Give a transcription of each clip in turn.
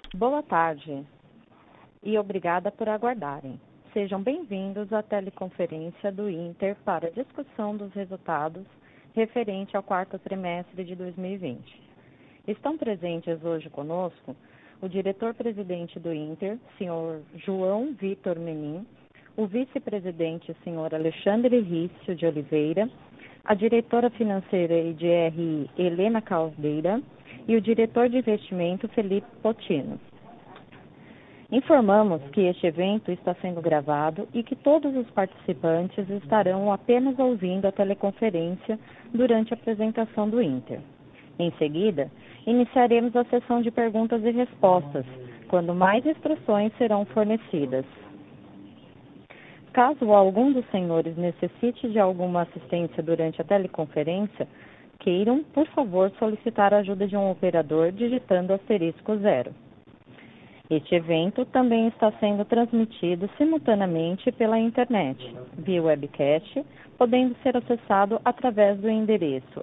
Boa tarde e obrigada por aguardarem. Sejam bem-vindos à teleconferência do Inter para a discussão dos resultados referente ao quarto trimestre de 2020. Estão presentes hoje conosco o diretor-presidente do Inter, senhor João Vitor Menin, o vice-presidente, senhor Alexandre Rício de Oliveira, a diretora financeira e de RI, Helena Caldeira, e o diretor de investimento, Felipe Potino. Informamos que este evento está sendo gravado e que todos os participantes estarão apenas ouvindo a teleconferência durante a apresentação do Inter. Em seguida, iniciaremos a sessão de perguntas e respostas, quando mais instruções serão fornecidas. Caso algum dos senhores necessite de alguma assistência durante a teleconferência, queiram, por favor, solicitar a ajuda de um operador digitando *0. Este evento também está sendo transmitido simultaneamente pela internet, via webcast, podendo ser acessado através do endereço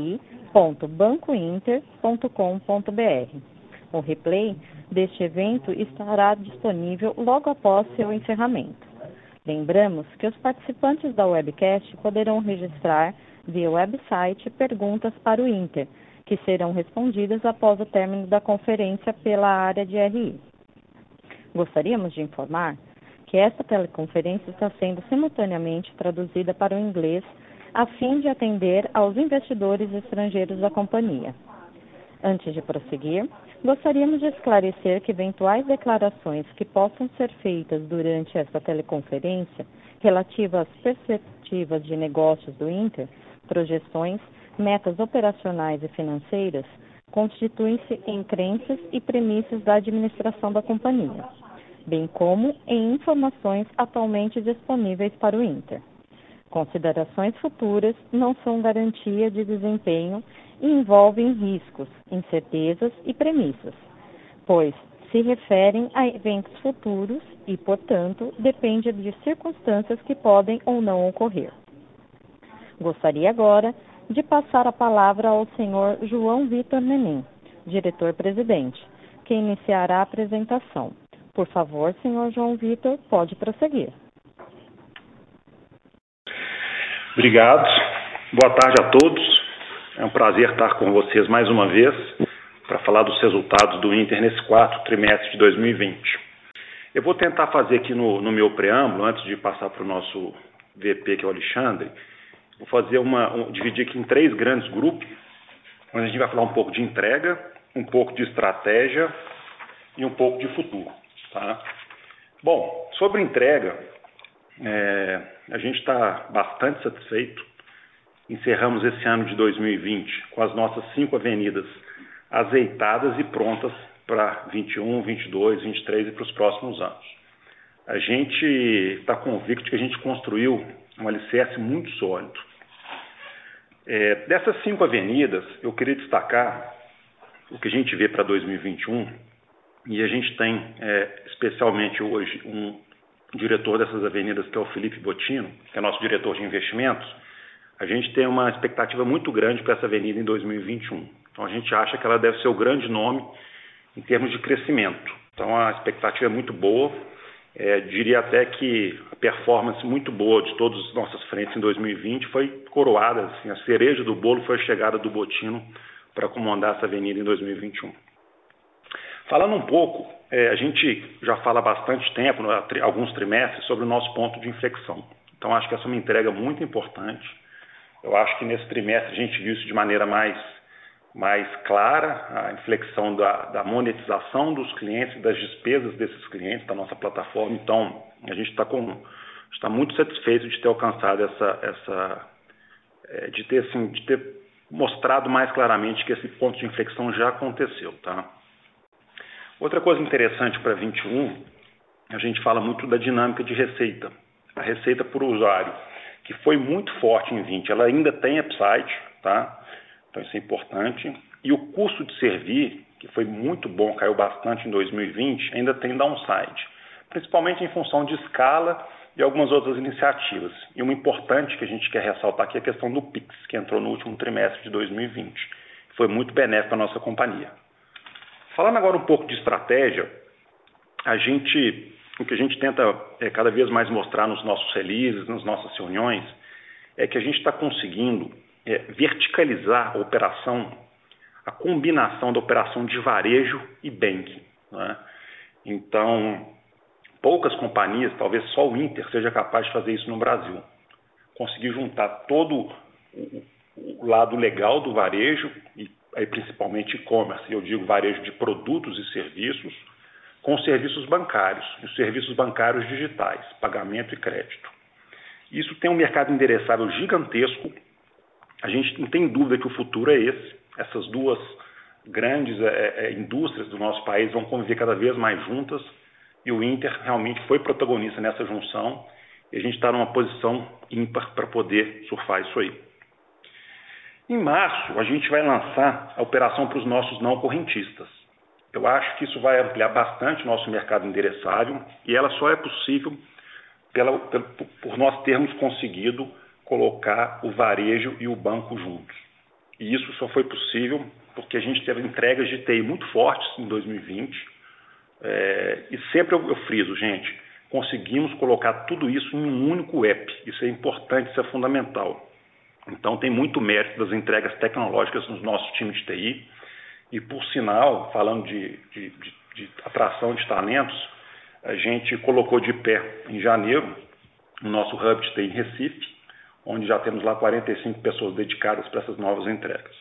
ri.bancointer.com.br. O replay deste evento estará disponível logo após seu encerramento. Lembramos que os participantes da webcast poderão registrar via website perguntas para o Inter, que serão respondidas após o término da conferência pela área de RI. Gostaríamos de informar que esta teleconferência está sendo simultaneamente traduzida para o inglês a fim de atender aos investidores estrangeiros da companhia. Antes de prosseguir, gostaríamos de esclarecer que eventuais declarações que possam ser feitas durante esta teleconferência relativas às perspectivas de negócios do Inter, projeções, metas operacionais e financeiras, constituem-se em crenças e premissas da administração da companhia, bem como em informações atualmente disponíveis para o Inter. Considerações futuras não são garantia de desempenho e envolvem riscos, incertezas e premissas, pois se referem a eventos futuros e, portanto, dependem de circunstâncias que podem ou não ocorrer. Gostaria agora de passar a palavra ao senhor João Vitor Menin, diretor-presidente, que iniciará a apresentação. Por favor, senhor João Vitor, pode prosseguir. Obrigado. Boa tarde a todos. É um prazer estar com vocês mais uma vez para falar dos resultados do Inter nesse quarto trimestre de 2020. Eu vou tentar fazer aqui no meu preâmbulo, antes de passar para o nosso VP, que é o Alexandre, vou fazer dividir aqui em 3 grandes grupos, onde a gente vai falar um pouco de entrega, um pouco de estratégia e um pouco de futuro. Tá? Bom, sobre entrega, a gente está bastante satisfeito. Encerramos esse ano de 2020 com as nossas 5 avenidas azeitadas e prontas para 21, 22, 23 e para os próximos anos. A gente está convicto que a gente construiu um alicerce muito sólido. Dessas 5 avenidas, eu queria destacar o que a gente vê para 2021, e a gente tem especialmente hoje um diretor dessas avenidas, que é o Felipe Potino, que é nosso diretor de investimentos. A gente tem uma expectativa muito grande para essa avenida em 2021. Então, a gente acha que ela deve ser o grande nome em termos de crescimento. Então, a expectativa é muito boa. Diria até que a performance muito boa de todas as nossas frentes em 2020 foi coroada. Assim, a cereja do bolo foi a chegada do Potino para comandar essa avenida em 2021. Falando um pouco, a gente já fala há bastante tempo, alguns trimestres, sobre o nosso ponto de inflexão. Então, acho que essa é uma entrega muito importante. Eu acho que nesse trimestre a gente viu isso de maneira mais clara, a inflexão da monetização dos clientes e das despesas desses clientes da nossa plataforma. Então, a gente está muito satisfeito de ter alcançado de ter mostrado mais claramente que esse ponto de inflexão já aconteceu. Tá? Outra coisa interessante para 2021, a gente fala muito da dinâmica de receita. A receita por usuário, que foi muito forte em 2020, ela ainda tem upside, tá? Então isso é importante. E o custo de servir, que foi muito bom, caiu bastante em 2020, ainda tem downside, principalmente em função de escala e algumas outras iniciativas. E uma importante que a gente quer ressaltar aqui é a questão do Pix, que entrou no último trimestre de 2020. Foi muito benéfico para a nossa companhia. Falando agora um pouco de estratégia, o que a gente tenta cada vez mais mostrar nos nossos releases, nas nossas reuniões, é que a gente está conseguindo verticalizar a operação, a combinação da operação de varejo e banking, né? Então, poucas companhias, talvez só o Inter seja capaz de fazer isso no Brasil. Conseguir juntar todo o lado legal do varejo, e aí principalmente e-commerce, eu digo varejo de produtos e serviços, com os serviços bancários, os serviços bancários digitais, pagamento e crédito. Isso tem um mercado endereçável gigantesco. A gente não tem dúvida que o futuro é esse. Essas duas grandes indústrias do nosso país vão conviver cada vez mais juntas, e o Inter realmente foi protagonista nessa junção, e a gente está numa posição ímpar para poder surfar isso aí. Em março, a gente vai lançar a operação para os nossos não correntistas. Eu acho que isso vai ampliar bastante o nosso mercado endereçável, e ela só é possível por nós termos conseguido colocar o varejo e o banco juntos. E isso só foi possível porque a gente teve entregas de TI muito fortes em 2020. E sempre eu friso, gente, conseguimos colocar tudo isso em um único app. Isso é importante, isso é fundamental. Então tem muito mérito das entregas tecnológicas no nosso time de TI. E por sinal, falando de atração de talentos, a gente colocou de pé em janeiro o nosso Hub de TI em Recife, onde já temos lá 45 pessoas dedicadas para essas novas entregas.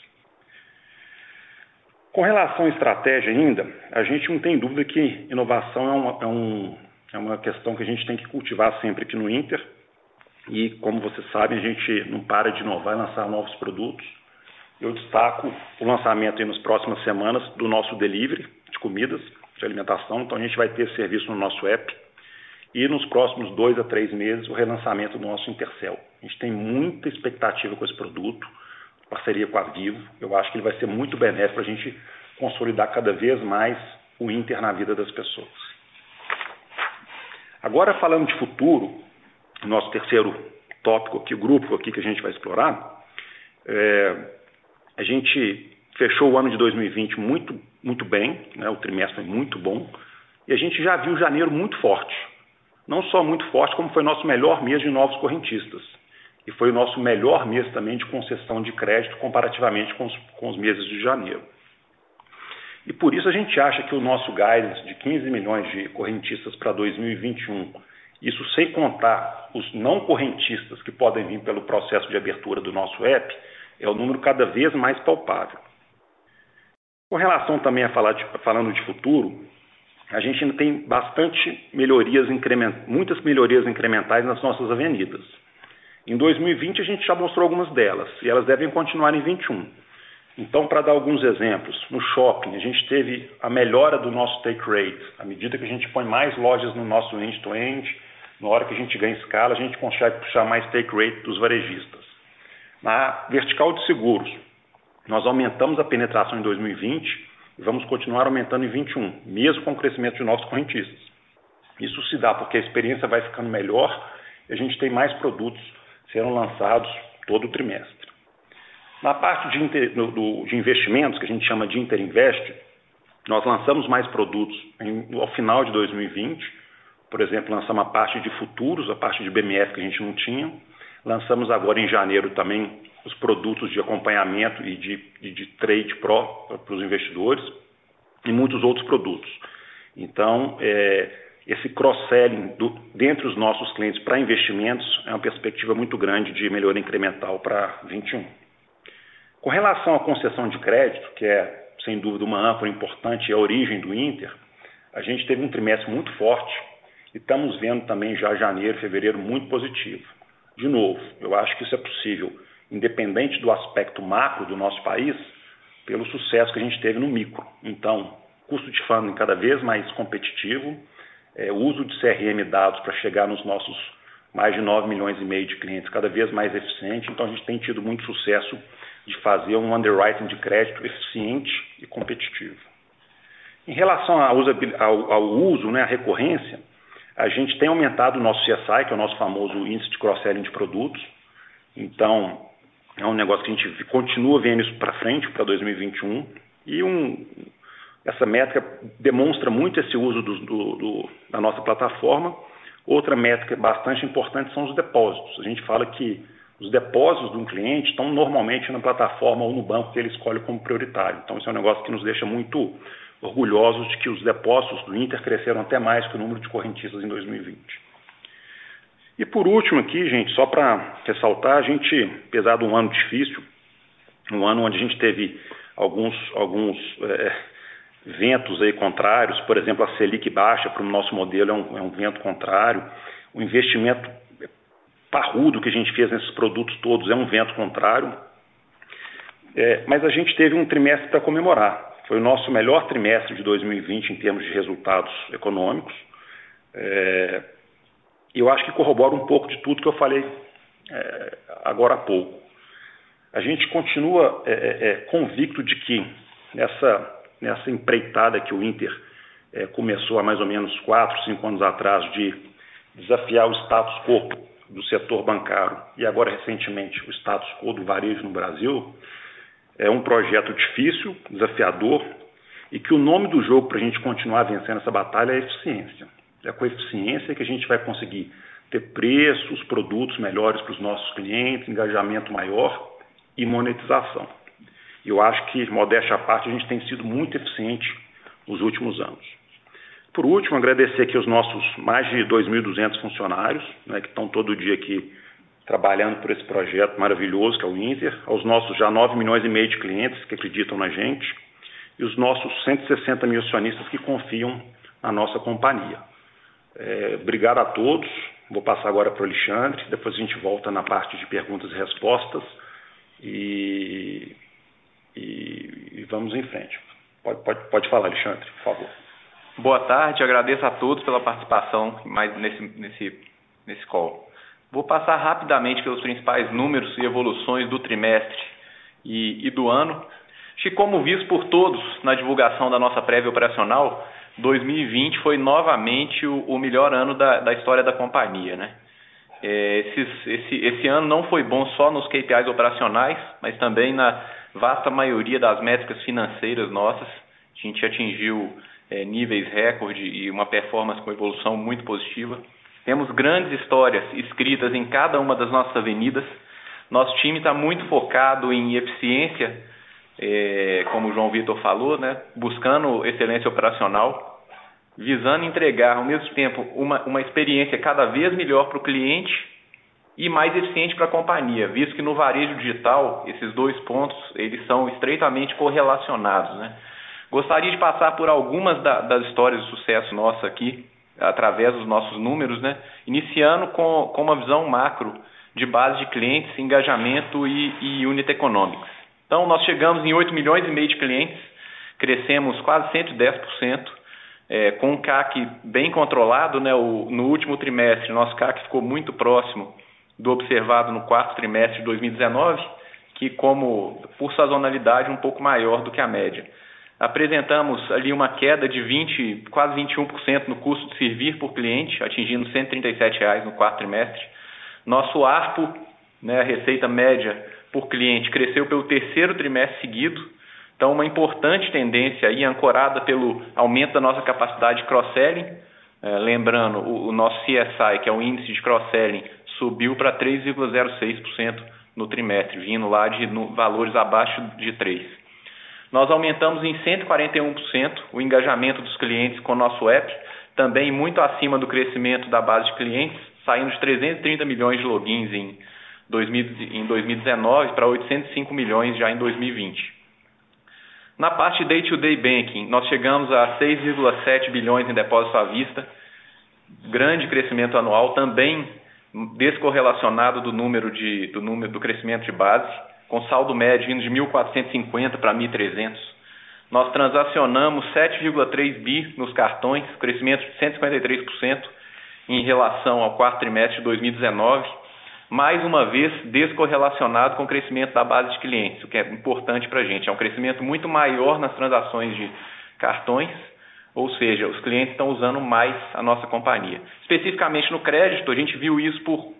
Com relação à estratégia ainda, a gente não tem dúvida que inovação é uma questão que a gente tem que cultivar sempre aqui no Inter. E, como vocês sabem, a gente não para de inovar e lançar novos produtos. Eu destaco o lançamento aí nas próximas semanas do nosso delivery de comidas, de alimentação. Então, a gente vai ter esse serviço no nosso app. E nos próximos 2 a 3 meses, o relançamento do nosso Intercel. A gente tem muita expectativa com esse produto, parceria com a Vivo. Eu acho que ele vai ser muito benéfico para a gente consolidar cada vez mais o Inter na vida das pessoas. Agora, falando de futuro, o nosso terceiro tópico aqui, grupo aqui que a gente vai explorar, a gente fechou o ano de 2020 muito bem, né? O trimestre foi muito bom, e a gente já viu janeiro muito forte. Não só muito forte, como foi nosso melhor mês de novos correntistas. E foi o nosso melhor mês também de concessão de crédito comparativamente com os meses de janeiro. E por isso a gente acha que o nosso guidance de 15 milhões de correntistas para 2021, isso sem contar os não correntistas que podem vir pelo processo de abertura do nosso app, é o número cada vez mais palpável. Com relação também a falando de futuro, a gente ainda tem muitas melhorias incrementais nas nossas avenidas. Em 2020 a gente já mostrou algumas delas, e elas devem continuar em 2021. Então, para dar alguns exemplos, no shopping a gente teve a melhora do nosso take rate. À medida que a gente põe mais lojas no nosso end-to-end, na hora que a gente ganha escala, a gente consegue puxar mais take rate dos varejistas. Na vertical de seguros, nós aumentamos a penetração em 2020 e vamos continuar aumentando em 2021, mesmo com o crescimento de novos correntistas. Isso se dá porque a experiência vai ficando melhor e a gente tem mais produtos sendo lançados todo o trimestre. Na parte de investimentos, que a gente chama de Interinvest, nós lançamos mais produtos ao final de 2020. Por exemplo, lançamos a parte de futuros, a parte de BMF que a gente não tinha. Lançamos agora em janeiro também os produtos de acompanhamento e de trade para os investidores e muitos outros produtos. Então, esse cross-selling dentre os nossos clientes para investimentos é uma perspectiva muito grande de melhoria incremental para 2021. Com relação à concessão de crédito, que é, sem dúvida, uma âncora importante e a origem do Inter, a gente teve um trimestre muito forte e estamos vendo também já janeiro, fevereiro muito positivo. De novo, eu acho que isso é possível, independente do aspecto macro do nosso país, pelo sucesso que a gente teve no micro. Então, custo de funding cada vez mais competitivo, uso de CRM dados para chegar nos nossos mais de 9 milhões e meio de clientes cada vez mais eficiente. Então, a gente tem tido muito sucesso de fazer um underwriting de crédito eficiente e competitivo. Em relação ao uso, né, à recorrência, a gente tem aumentado o nosso CSI, que é o nosso famoso índice de cross-selling de produtos. Então, é um negócio que a gente continua vendo isso para frente, para 2021. E essa métrica demonstra muito esse uso da nossa plataforma. Outra métrica bastante importante são os depósitos. A gente fala que os depósitos de um cliente estão normalmente na plataforma ou no banco que ele escolhe como prioritário. Então, isso é um negócio que nos deixa muito orgulhosos de que os depósitos do Inter cresceram até mais que o número de correntistas em 2020. E por último aqui, gente, só para ressaltar, a gente, apesar de um ano difícil, um ano onde a gente teve alguns ventos aí contrários, por exemplo, a Selic baixa para o nosso modelo é um vento contrário, o investimento parrudo que a gente fez nesses produtos todos é um vento contrário, mas a gente teve um trimestre para comemorar. Foi o nosso melhor trimestre de 2020 em termos de resultados econômicos. E eu acho que corrobora um pouco de tudo que eu falei agora há pouco. A gente continua convicto de que nessa empreitada que o Inter começou há mais ou menos 4, 5 anos atrás de desafiar o status quo do setor bancário e agora recentemente o status quo do varejo no Brasil, é um projeto difícil, desafiador, e que o nome do jogo para a gente continuar vencendo essa batalha é a eficiência. É com a eficiência que a gente vai conseguir ter preços, produtos melhores para os nossos clientes, engajamento maior e monetização. E eu acho que, modéstia à parte, a gente tem sido muito eficiente nos últimos anos. Por último, agradecer aqui os nossos mais de 2.200 funcionários, né, que estão todo dia aqui trabalhando por esse projeto maravilhoso que é o Inter, aos nossos já 9,5 milhões de clientes que acreditam na gente e os nossos 160 mil acionistas que confiam na nossa companhia. Obrigado a todos. Vou passar agora para o Alexandre, depois a gente volta na parte de perguntas e respostas e vamos em frente. Pode falar, Alexandre, por favor. Boa tarde, agradeço a todos pela participação mais nesse call. Vou passar rapidamente pelos principais números e evoluções do trimestre e do ano. Acho que, como visto por todos na divulgação da nossa prévia operacional, 2020 foi novamente o melhor ano da história da companhia, né? Esse ano não foi bom só nos KPIs operacionais, mas também na vasta maioria das métricas financeiras nossas. A gente atingiu níveis recorde e uma performance com evolução muito positiva. Temos grandes histórias escritas em cada uma das nossas avenidas. Nosso time está muito focado em eficiência, como o João Vitor falou, né? Buscando excelência operacional, visando entregar ao mesmo tempo uma experiência cada vez melhor para o cliente e mais eficiente para a companhia, visto que no varejo digital esses dois pontos eles são estreitamente correlacionados, né? Gostaria de passar por algumas das histórias de sucesso nossa aqui, através dos nossos números, né? Iniciando com uma visão macro de base de clientes, engajamento e unit economics. Então, nós chegamos em 8,5 milhões de clientes, crescemos quase 110%, com um CAC bem controlado, né? No último trimestre, nosso CAC ficou muito próximo do observado no quarto trimestre de 2019, que, por sazonalidade, um pouco maior do que a média. Apresentamos ali uma queda de quase 21% no custo de servir por cliente, atingindo R$ 137 no quarto trimestre. Nosso ARPU, né, a receita média por cliente, cresceu pelo terceiro trimestre seguido. Então, uma importante tendência aí, ancorada pelo aumento da nossa capacidade de cross-selling. Lembrando, o nosso CSI, que é o índice de cross-selling, subiu para 3,06% no trimestre, vindo lá de valores abaixo de 3%. Nós aumentamos em 141% o engajamento dos clientes com o nosso app, também muito acima do crescimento da base de clientes, saindo de 330 milhões de logins em 2019 para 805 milhões já em 2020. Na parte de day-to-day banking, nós chegamos a 6,7 bilhões em depósitos à vista, grande crescimento anual, também descorrelacionado do crescimento de base, com saldo médio indo de 1.450 para 1.300. Nós transacionamos 7,3 bi nos cartões, crescimento de 153% em relação ao quarto trimestre de 2019, mais uma vez descorrelacionado com o crescimento da base de clientes, o que é importante para a gente. É um crescimento muito maior nas transações de cartões, ou seja, os clientes estão usando mais a nossa companhia. Especificamente no crédito, a gente viu isso por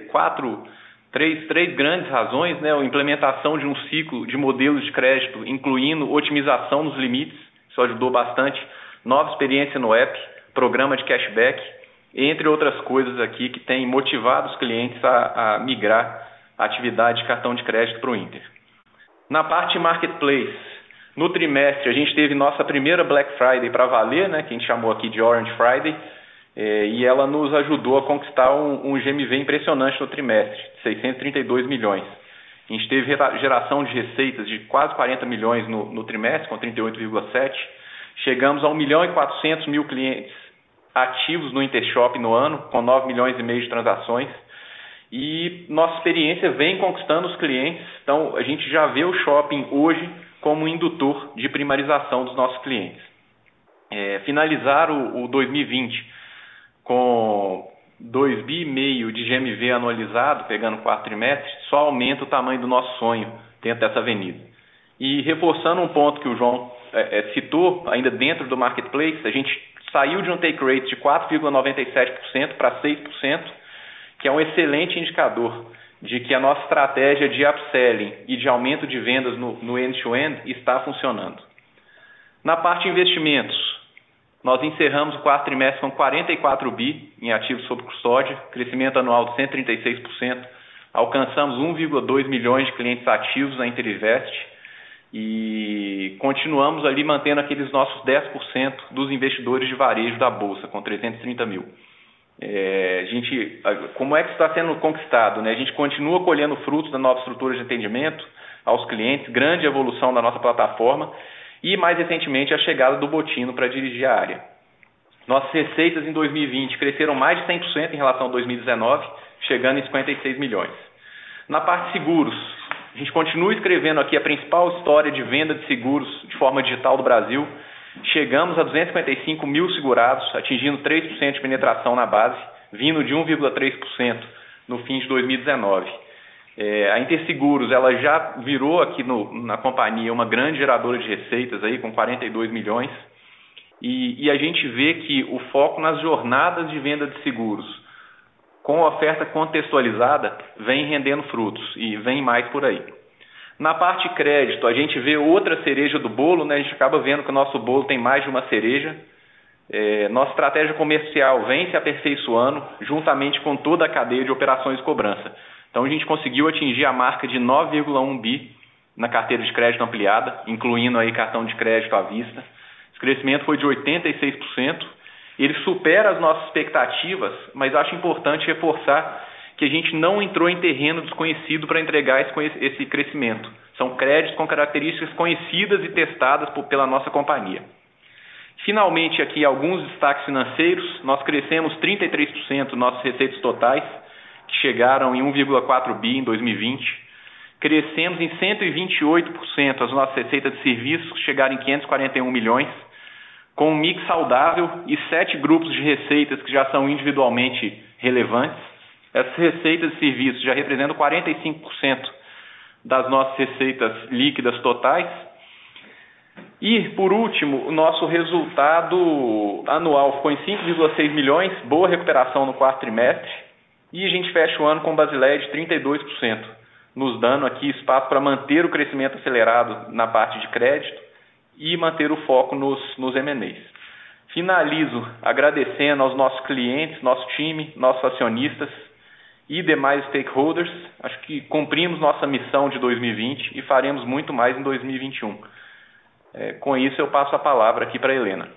três grandes razões, né? A implementação de um ciclo de modelos de crédito, incluindo otimização dos limites. isso ajudou bastante. Nova experiência no app, programa de cashback, entre outras coisas aqui que tem motivado os clientes a migrar a atividade de cartão de crédito para o Inter. Na parte Marketplace, no trimestre a gente teve nossa primeira Black Friday para valer, né, que a gente chamou aqui de Orange Friday, e ela nos ajudou a conquistar um GMV impressionante no trimestre, de 632 milhões. A gente teve geração de receitas de quase 40 milhões no trimestre, com 38,7. Chegamos a 1.400.000 clientes ativos no Intershop no ano, com 9 milhões e meio de transações. E nossa experiência vem conquistando os clientes. Então, a gente já vê o shopping hoje como um indutor de primarização dos nossos clientes. Finalizar o 2020 com 2,5 bi de GMV anualizado, pegando o quarto trimestre, só aumenta o tamanho do nosso sonho dentro dessa avenida. E reforçando um ponto que o João citou, ainda dentro do Marketplace, a gente saiu de um take rate de 4,97% para 6%, que é um excelente indicador de que a nossa estratégia de upselling e de aumento de vendas no end-to-end está funcionando. Na parte de investimentos, nós encerramos o quarto trimestre com 44 bi em ativos sob custódia, crescimento anual de 136%, alcançamos 1,2 milhões de clientes ativos na Interinvest e continuamos ali mantendo aqueles nossos 10% dos investidores de varejo da Bolsa, com 330 mil. Como é que está sendo conquistado? Né? A gente continua colhendo frutos da nova estrutura de atendimento aos clientes, grande evolução da nossa plataforma e, mais recentemente, a chegada do Botino para dirigir a área. Nossas receitas em 2020 cresceram mais de 100% em relação a 2019, chegando em 56 milhões. Na parte de seguros, a gente continua escrevendo aqui a principal história de venda de seguros de forma digital do Brasil. Chegamos a 255 mil segurados, atingindo 3% de penetração na base, vindo de 1,3% no fim de 2019. A Interseguros ela já virou aqui na companhia uma grande geradora de receitas, aí, com 42 milhões. E a gente vê que o foco nas jornadas de venda de seguros, com oferta contextualizada, vem rendendo frutos e vem mais por aí. Na parte de crédito, a gente vê outra cereja do bolo, né? A gente acaba vendo que o nosso bolo tem mais de uma cereja. Nossa estratégia comercial vem se aperfeiçoando, juntamente com toda a cadeia de operações de cobrança. Então, a gente conseguiu atingir a marca de 9,1 bi na carteira de crédito ampliada, incluindo aí cartão de crédito à vista. Esse crescimento foi de 86%. Ele supera as nossas expectativas, mas acho importante reforçar que a gente não entrou em terreno desconhecido para entregar esse crescimento. São créditos com características conhecidas e testadas pela nossa companhia. Finalmente, aqui alguns destaques financeiros. Nós crescemos 33% nossas receitas totais, que chegaram em 1,4 bi em 2020. Crescemos em 128% as nossas receitas de serviços, que chegaram em 541 milhões, com um mix saudável e 7 grupos de receitas que já são individualmente relevantes. Essas receitas de serviços já representam 45% das nossas receitas líquidas totais. E, por último, o nosso resultado anual ficou em 5,6 milhões, boa recuperação no quarto trimestre. E a gente fecha o ano com Basileia de 32%, nos dando aqui espaço para manter o crescimento acelerado na parte de crédito e manter o foco nos M&As. Finalizo agradecendo aos nossos clientes, nosso time, nossos acionistas e demais stakeholders. Acho que cumprimos nossa missão de 2020 e faremos muito mais em 2021. Com isso, eu passo a palavra aqui para a Helena.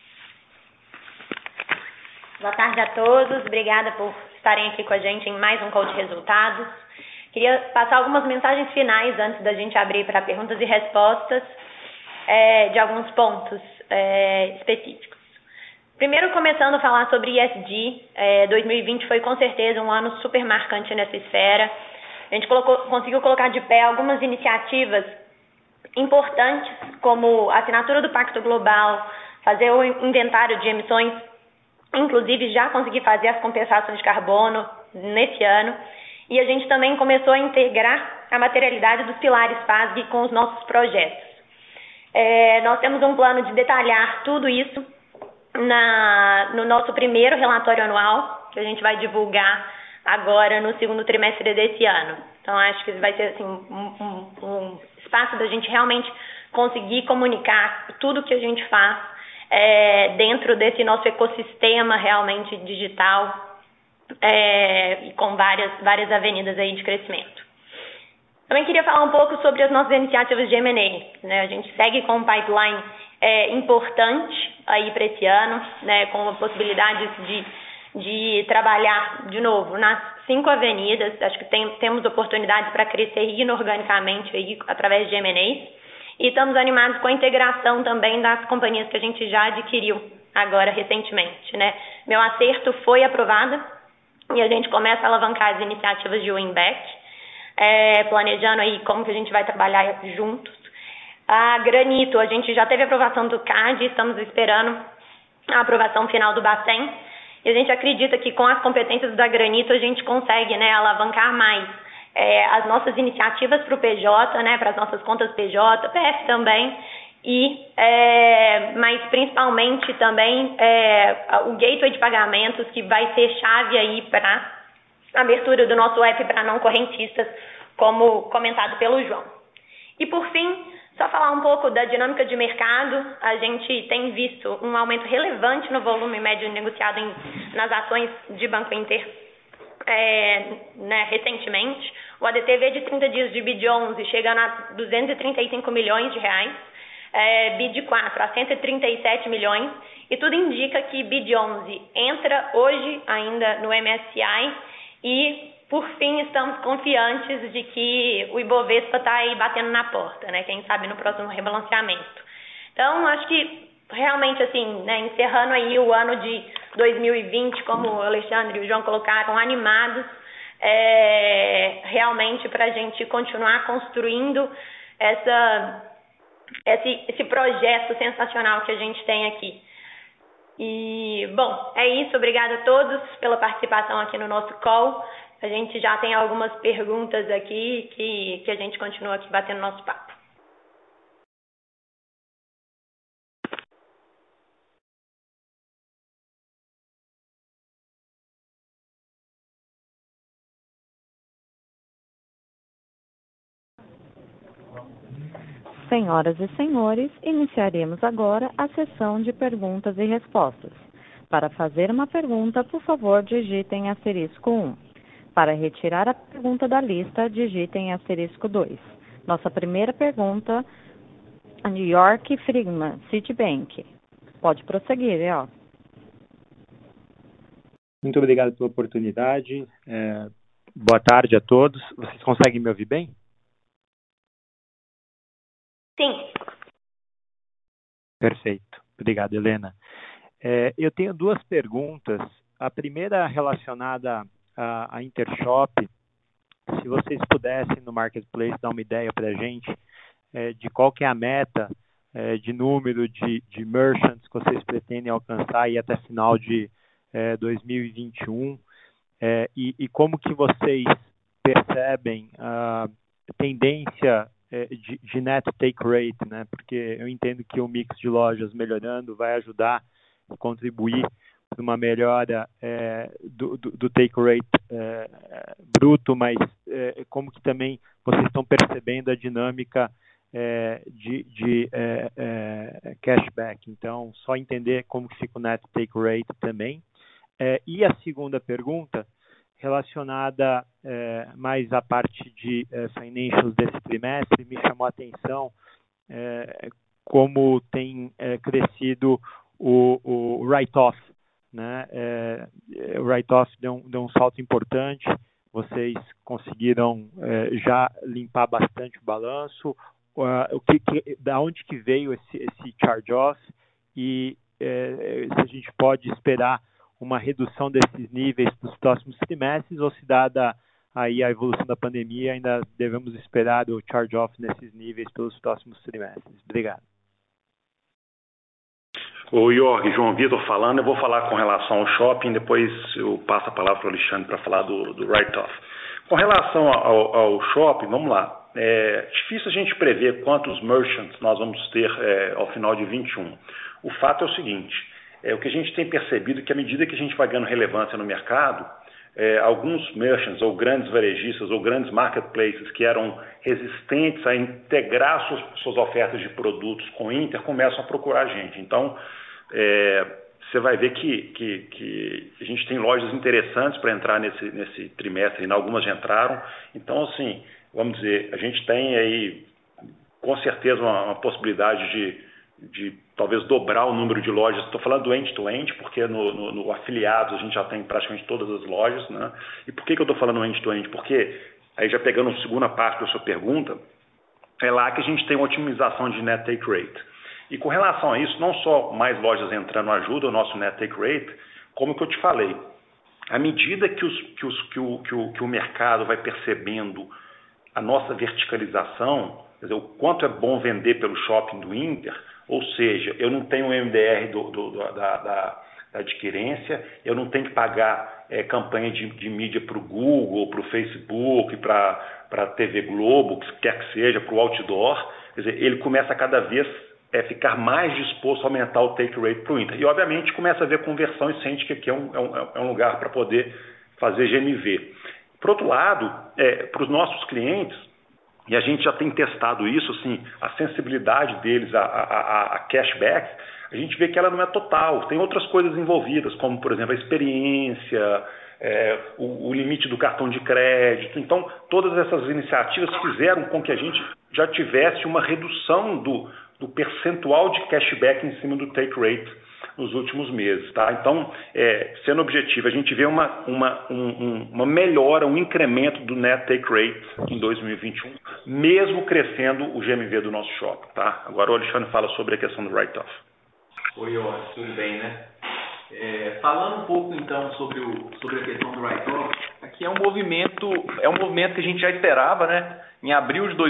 Boa tarde a todos. Obrigada por estarem aqui com a gente em mais um call de resultados. Queria passar algumas mensagens finais antes da gente abrir para perguntas e respostas de alguns pontos específicos. Primeiro, começando a falar sobre ESG, 2020 foi com certeza um ano super marcante nessa esfera. A gente conseguiu colocar de pé algumas iniciativas importantes, como a assinatura do Pacto Global, fazer o inventário de emissões, inclusive já consegui fazer as compensações de carbono nesse ano, e a gente também começou a integrar a materialidade dos pilares FASB com os nossos projetos. Nós temos um plano de detalhar tudo isso no nosso primeiro relatório anual, que a gente vai divulgar agora no segundo trimestre desse ano. Então, acho que vai ser assim, um espaço da gente realmente conseguir comunicar tudo que a gente faz dentro desse nosso ecossistema realmente digital e com várias avenidas aí de crescimento. Também queria falar um pouco sobre as nossas iniciativas de M&A, né? A gente segue com um pipeline importante aí para esse ano, né? Com possibilidades de trabalhar de novo nas 5 avenidas. Acho que temos oportunidades para crescer inorganicamente aí através de M&As. E estamos animados com a integração também das companhias que a gente já adquiriu agora recentemente, né? Meu Acerto foi aprovada e a gente começa a alavancar as iniciativas de win-back, planejando aí como que a gente vai trabalhar juntos. A Granito, a gente já teve a aprovação do CAD, estamos esperando a aprovação final do Bacen, e a gente acredita que com as competências da Granito a gente consegue, né, alavancar mais as nossas iniciativas para o PJ, né, para as nossas contas PJ, PF também, mas principalmente também o gateway de pagamentos, que vai ser chave aí para a abertura do nosso app para não correntistas, como comentado pelo João. E por fim, só falar um pouco da dinâmica de mercado. A gente tem visto um aumento relevante no volume médio negociado nas ações de Banco Inter recentemente. O ADTV de 30 dias de BID 11 chegando a 235 milhões de reais, BID 4 a 137 milhões, e tudo indica que BID 11 entra hoje ainda no MSCI e, por fim, estamos confiantes de que o Ibovespa está aí batendo na porta, né? Quem sabe no próximo rebalanceamento. Então, acho que realmente, assim, né, encerrando aí o ano de 2020, como o Alexandre e o João colocaram, animados, realmente para a gente continuar construindo esse projeto sensacional que a gente tem aqui. E, bom, é isso. Obrigada a todos pela participação aqui no nosso call. A gente já tem algumas perguntas aqui que a gente continua aqui batendo nosso papo. Senhoras e senhores, iniciaremos agora a sessão de perguntas e respostas. Para fazer uma pergunta, por favor, digitem *1. Para retirar a pergunta da lista, digitem *2. Nossa primeira pergunta, York Friedman, Citibank. Pode prosseguir, ó. Muito obrigado pela oportunidade. Boa tarde a todos. Vocês conseguem me ouvir bem? Sim. Perfeito. Obrigado, Helena. Eu tenho 2 perguntas. A primeira relacionada à Intershop. Se vocês pudessem no Marketplace dar uma ideia para a gente de qual que é a meta de número de merchants que vocês pretendem alcançar aí até final de 2021 e como que vocês percebem a tendência de net take rate, né? Porque eu entendo que o mix de lojas melhorando vai ajudar a contribuir para uma melhora do take rate bruto, mas como que também vocês estão percebendo a dinâmica de cashback. Então, só entender como que fica o net take rate também. E a segunda pergunta, relacionada mais à parte de financials desse trimestre, me chamou a atenção como tem crescido o write-off, né? O write-off deu um salto importante, vocês conseguiram já limpar bastante o balanço, da onde que veio esse charge-off e se a gente pode esperar uma redução desses níveis nos próximos trimestres ou se dada aí a evolução da pandemia ainda devemos esperar o charge-off nesses níveis pelos próximos trimestres. Obrigado. O Jorge, João Vitor falando, eu vou falar com relação ao shopping, depois eu passo a palavra para o Alexandre para falar do write-off. Com relação ao shopping, vamos lá. É difícil a gente prever quantos merchants nós vamos ter ao final de 2021. O fato é o seguinte, o que a gente tem percebido é que à medida que a gente vai ganhando relevância no mercado, alguns merchants ou grandes varejistas ou grandes marketplaces que eram resistentes a integrar suas ofertas de produtos com o Inter começam a procurar a gente. Então, você vai ver que a gente tem lojas interessantes para entrar nesse trimestre, e algumas já entraram. Então, assim, vamos dizer, a gente tem aí, com certeza, uma possibilidade de talvez dobrar o número de lojas. Estou falando do end-to-end, porque no afiliados a gente já tem praticamente todas as lojas, né? E por que eu estou falando end-to-end? Porque, aí já pegando a segunda parte da sua pergunta, é lá que a gente tem uma otimização de net take rate. E com relação a isso, não só mais lojas entrando ajuda o nosso net take rate, como que eu te falei, à medida que o mercado vai percebendo a nossa verticalização, quer dizer, o quanto é bom vender pelo shopping do Inter, ou seja, eu não tenho o MDR da adquirência, eu não tenho que pagar campanha de mídia para o Google, para o Facebook, para a TV Globo, o que quer que seja, para o outdoor. Quer dizer, ele começa a cada vez ficar mais disposto a aumentar o take rate para o Inter. E, obviamente, começa a ver conversão e sente que aqui é um lugar para poder fazer GMV. Por outro lado, para os nossos clientes, e a gente já tem testado isso, assim, a sensibilidade deles a cashback, a gente vê que ela não é total. Tem outras coisas envolvidas, como, por exemplo, a experiência, o limite do cartão de crédito. Então, todas essas iniciativas fizeram com que a gente já tivesse uma redução do percentual de cashback em cima do take rate nos últimos meses. Tá? Então, sendo objetivo, a gente vê uma melhora, um incremento do net take rate em 2021, mesmo crescendo o GMV do nosso shopping. Tá? Agora o Alexandre fala sobre a questão do write-off. Oi, tudo bem, né? Falando um pouco então sobre a questão do write-off, aqui é um movimento que a gente já esperava, né? Em abril de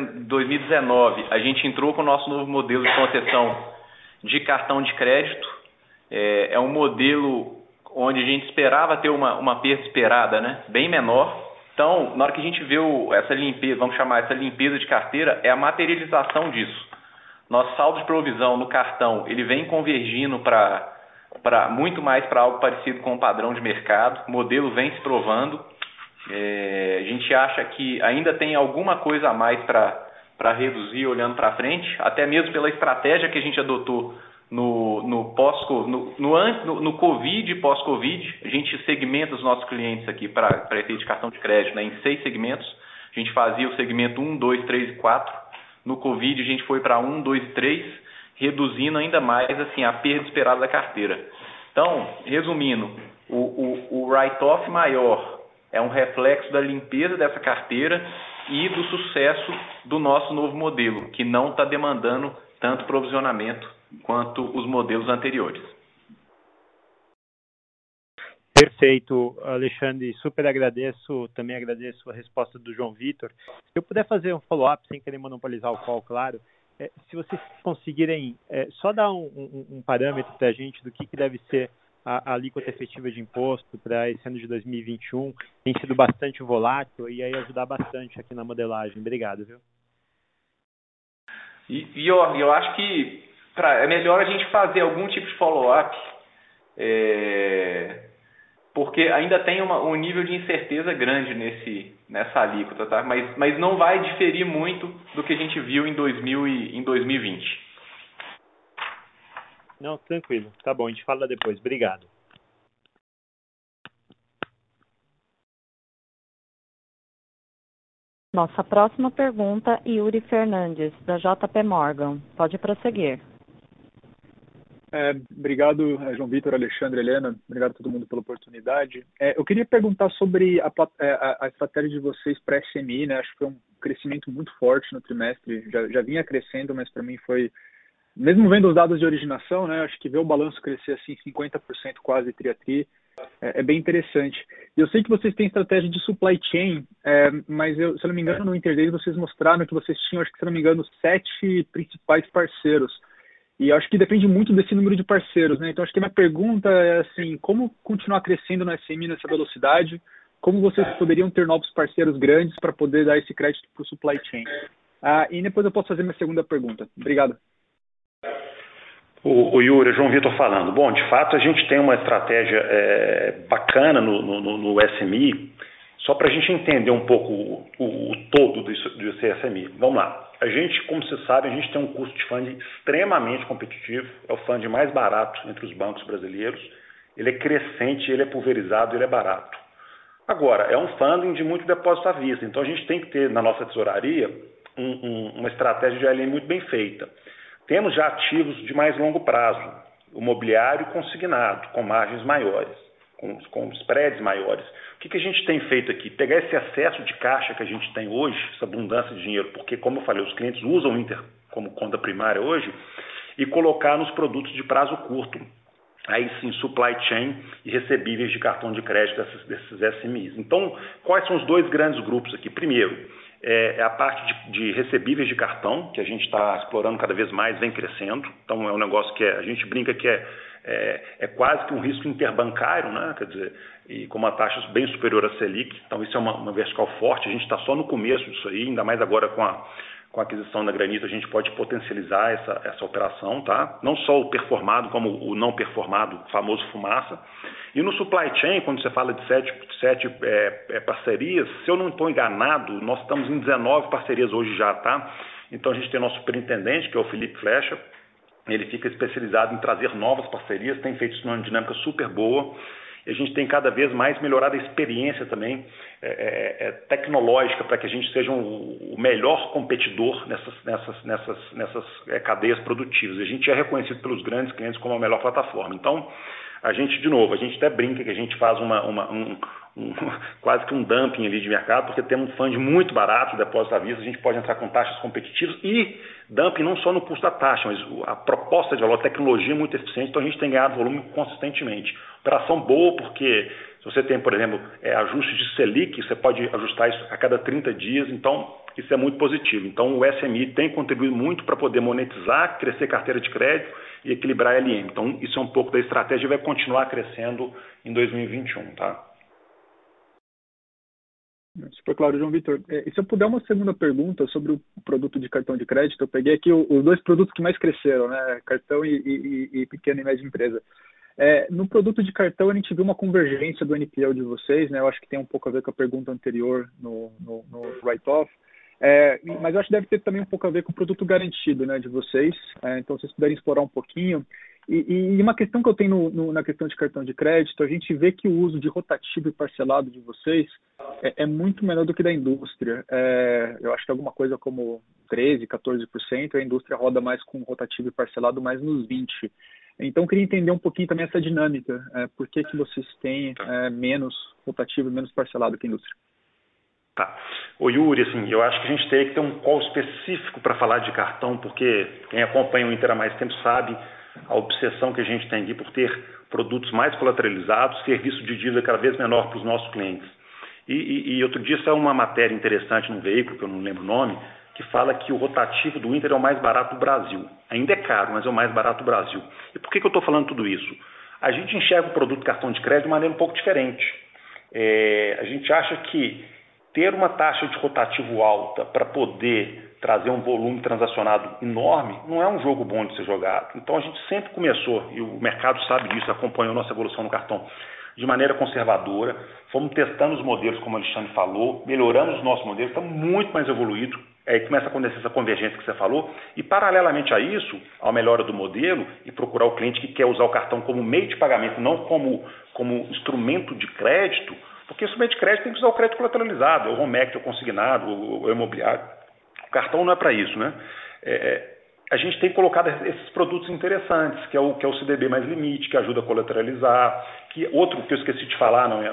2019, a gente entrou com o nosso novo modelo de concessão de cartão de crédito. É um modelo onde a gente esperava ter uma perda esperada, né? Bem menor. Então, na hora que a gente vê essa limpeza, vamos chamar essa limpeza de carteira, é a materialização disso. Nosso saldo de provisão no cartão, ele vem convergindo muito mais para algo parecido com o padrão de mercado. O modelo vem se provando. A gente acha que ainda tem alguma coisa a mais para reduzir olhando para frente, até mesmo pela estratégia que a gente adotou no Covid e pós-Covid. A gente segmenta os nossos clientes aqui para efeito de cartão de crédito, né, em 6 segmentos. A gente fazia o segmento 1, 2, 3 e 4. No Covid a gente foi para 1, 2 e 3, reduzindo ainda mais assim, a perda esperada da carteira. Então, resumindo, o write-off maior é um reflexo da limpeza dessa carteira e do sucesso do nosso novo modelo, que não está demandando tanto provisionamento quanto os modelos anteriores. Perfeito, Alexandre. Super agradeço. Também agradeço a resposta do João Vitor. Se eu puder fazer um follow-up, sem querer monopolizar o call, claro, se vocês conseguirem só dar um parâmetro para a gente do que deve ser a alíquota efetiva de imposto para esse ano de 2021, tem sido bastante volátil e aí ajudar bastante aqui na modelagem. Obrigado, viu? E eu acho que é melhor a gente fazer algum tipo de follow-up, porque ainda tem um nível de incerteza grande nessa alíquota, tá? Mas não vai diferir muito do que a gente viu em 2020. Não, tranquilo. Tá bom, a gente fala depois. Obrigado. Nossa próxima pergunta, Yuri Fernandes, da JP Morgan. Pode prosseguir. Obrigado, João Vitor, Alexandre, Helena. Obrigado a todo mundo pela oportunidade. Eu queria perguntar sobre a estratégia de vocês para SMI, né? Acho que foi um crescimento muito forte no trimestre. Já vinha crescendo, mas para mim foi... Mesmo vendo os dados de originação, né? Acho que ver o balanço crescer assim 50% quase tri-a-tri é bem interessante. Eu sei que vocês têm estratégia de supply chain, mas se eu não me engano, no Interday vocês mostraram que vocês tinham, acho que se eu não me engano, 7 principais parceiros. E acho que depende muito desse número de parceiros, né? Então, acho que a minha pergunta é assim, como continuar crescendo no SMI nessa velocidade? Como vocês poderiam ter novos parceiros grandes para poder dar esse crédito para o supply chain? E depois eu posso fazer minha segunda pergunta. Obrigado. O Yuri, João Vitor falando. Bom, de fato a gente tem uma estratégia bacana no SMI, só para a gente entender um pouco o todo do CSMI. Vamos lá. A gente, como você sabe, a gente tem um custo de funding extremamente competitivo, é o funding mais barato entre os bancos brasileiros, ele é crescente, ele é pulverizado, ele é barato. Agora, é um funding de muito depósito à vista, então a gente tem que ter na nossa tesouraria uma estratégia de ALM muito bem feita. Temos já ativos de mais longo prazo, o mobiliário consignado, com margens maiores, com spreads maiores. O que a gente tem feito aqui? Pegar esse excesso de caixa que a gente tem hoje, essa abundância de dinheiro, porque, como eu falei, os clientes usam o Inter como conta primária hoje, e colocar nos produtos de prazo curto. Aí sim, supply chain e recebíveis de cartão de crédito desses SMIs. Então, quais são os dois grandes grupos aqui? Primeiro, é a parte de recebíveis de cartão, que a gente está explorando cada vez mais, vem crescendo. Então, é um negócio que a gente brinca que é quase que um risco interbancário, né? Quer dizer, e com uma taxa bem superior à Selic. Então, isso é uma vertical forte. A gente está só no começo disso aí, ainda mais agora com a aquisição da Granito, a gente pode potencializar essa operação, tá? Não só o performado, como o não performado, o famoso fumaça. E no supply chain, quando você fala de sete parcerias, se eu não estou enganado, nós estamos em 19 parcerias hoje já, tá? Então a gente tem nosso superintendente, que é o Felipe Flecha, ele fica especializado em trazer novas parcerias, tem feito isso numa dinâmica super boa. E a gente tem cada vez mais melhorado a experiência também tecnológica para que a gente seja o melhor competidor nessas cadeias produtivas. A gente é reconhecido pelos grandes clientes como a melhor plataforma. Então, a gente, de novo, a gente até brinca que a gente faz quase que um dumping ali de mercado, porque temos um funding muito barato, depósito à vista, a gente pode entrar com taxas competitivas e dumping não só no custo da taxa, mas a proposta de valor, a tecnologia é muito eficiente, então a gente tem ganhado volume consistentemente. Operação boa, porque se você tem, por exemplo, ajustes de Selic, você pode ajustar isso a cada 30 dias, então isso é muito positivo. Então o SMI tem contribuído muito para poder monetizar, crescer carteira de crédito e equilibrar a LM. Então isso é um pouco da estratégia e vai continuar crescendo em 2021, tá? Super claro, João Vitor. E se eu puder uma segunda pergunta sobre o produto de cartão de crédito, eu peguei aqui os dois produtos que mais cresceram, né? Cartão e pequena e média empresa. No produto de cartão, a gente viu uma convergência do NPL de vocês, né? Eu acho que tem um pouco a ver com a pergunta anterior no write-off. Mas eu acho que deve ter também um pouco a ver com o produto garantido, né, de vocês. Então, se vocês puderem explorar um pouquinho. E uma questão que eu tenho na questão de cartão de crédito, a gente vê que o uso de rotativo e parcelado de vocês é muito menor do que da indústria. Eu acho que alguma coisa como 13%, 14%, a indústria roda mais com rotativo e parcelado mais nos 20%. Então, eu queria entender um pouquinho também essa dinâmica. Por que vocês têm menos rotativo e menos parcelado que a indústria? Tá. Ô Yuri, assim, eu acho que a gente teria que ter um call específico para falar de cartão, porque quem acompanha o Inter há mais tempo sabe a obsessão que a gente tem aqui por ter produtos mais colateralizados, serviço de dívida cada vez menor para os nossos clientes. E outro dia saiu uma matéria interessante num veículo, que eu não lembro o nome, que fala que o rotativo do Inter é o mais barato do Brasil. Ainda é caro, mas é o mais barato do Brasil. E por que eu estou falando tudo isso? A gente enxerga o produto cartão de crédito de maneira um pouco diferente. A gente acha que ter uma taxa de rotativo alta para poder trazer um volume transacionado enorme não é um jogo bom de ser jogado. Então a gente sempre começou, e o mercado sabe disso, acompanhou nossa evolução no cartão de maneira conservadora, fomos testando os modelos, como o Alexandre falou, melhoramos os nossos modelos, estamos muito mais evoluídos, aí começa a acontecer essa convergência que você falou, e paralelamente a isso, ao melhora do modelo, e procurar o cliente que quer usar o cartão como meio de pagamento, não como instrumento de crédito, porque o instrumento de crédito tem que usar o crédito colateralizado, o home equity, o consignado, o imobiliário. O cartão não é para isso, né? A gente tem colocado esses produtos interessantes, que é o CDB mais limite, que ajuda a colateralizar, outro que eu esqueci de falar na